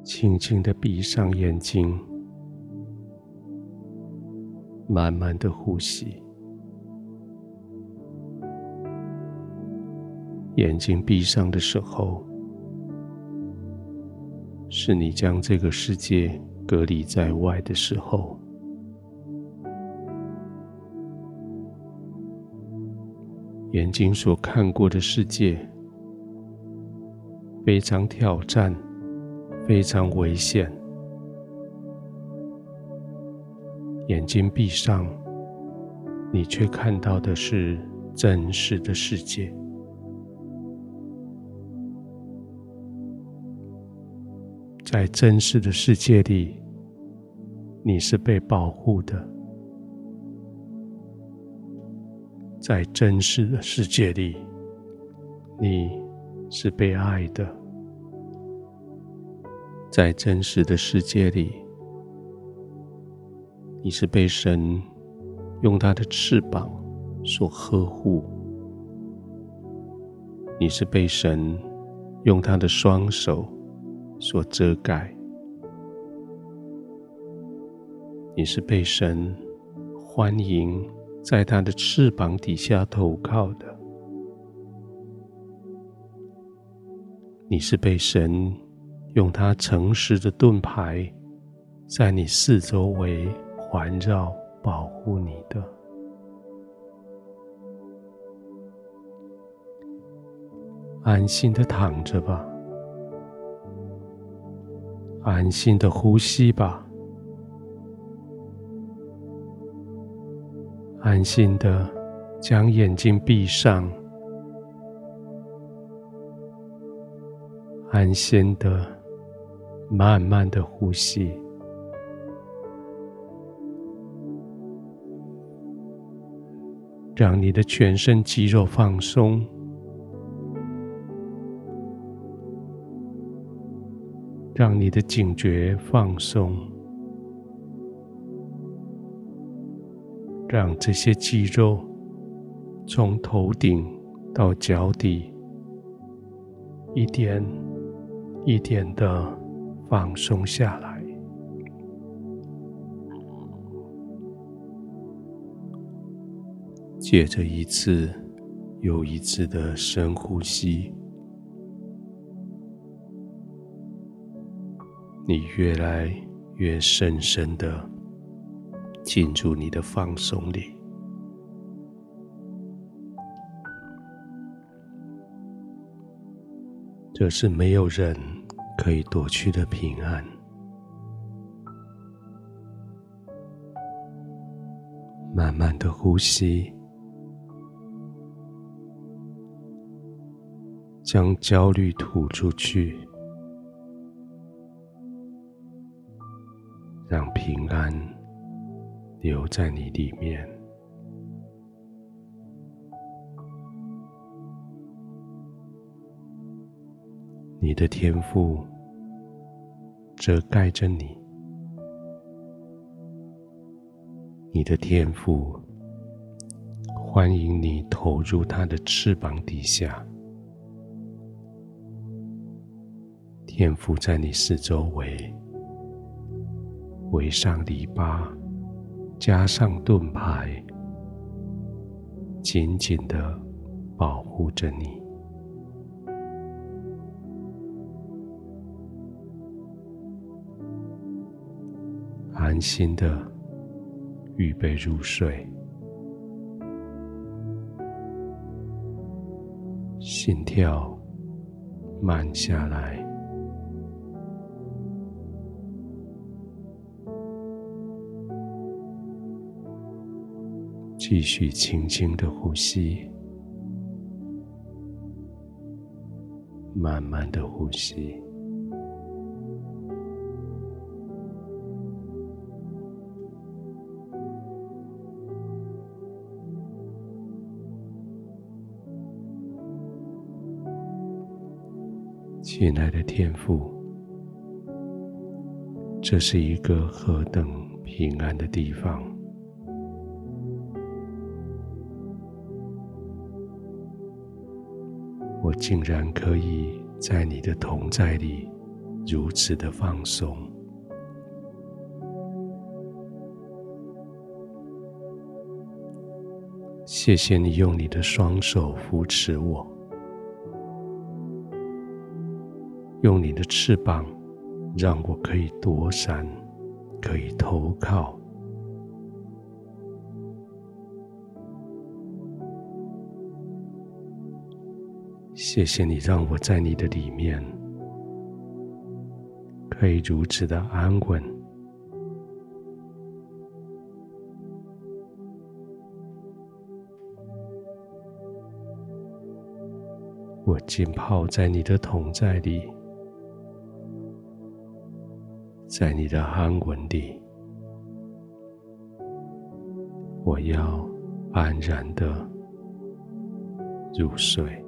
轻轻地闭上眼睛，慢慢地呼吸。眼睛闭上的时候，是你将这个世界隔离在外的时候。眼睛所看过的世界非常挑战，非常危险。眼睛闭上，你却看到的是真实的世界。在真实的世界里，你是被保护的。在真实的世界里，你是被爱的。在真实的世界里，你是被神用他的翅膀所呵护。你是被神用他的双手所遮盖。你是被神欢迎在他的翅膀底下投靠的。你是被神用他诚实的盾牌在你四周围环绕保护你的。安心的躺着吧，安心的呼吸吧，安心的将眼睛闭上，安心的慢慢的呼吸。让你的全身肌肉放松，让你的警觉放松，让这些肌肉从头顶到脚底一点一点的放松下来。借着一次又一次的深呼吸，你越来越深深的进入你的放松里。这是没有人可以夺去的平安。慢慢的呼吸，将焦虑吐出去，让平安留在你里面。你的天父遮盖着你，你的天父欢迎你投入他的翅膀底下。天父在你四周围围上篱笆，加上盾牌，紧紧地保护着你。安心地预备入睡，心跳慢下来，继续轻轻的呼吸，慢慢的呼吸。亲爱的天父，这是一个何等平安的地方！我竟然可以在你的同在里如此的放松。谢谢你用你的双手扶持我，用你的翅膀让我可以躲闪，可以投靠。谢谢你让我在你的里面可以如此的安稳。我浸泡在你的同在里，在你的安稳里，我要安然的入睡。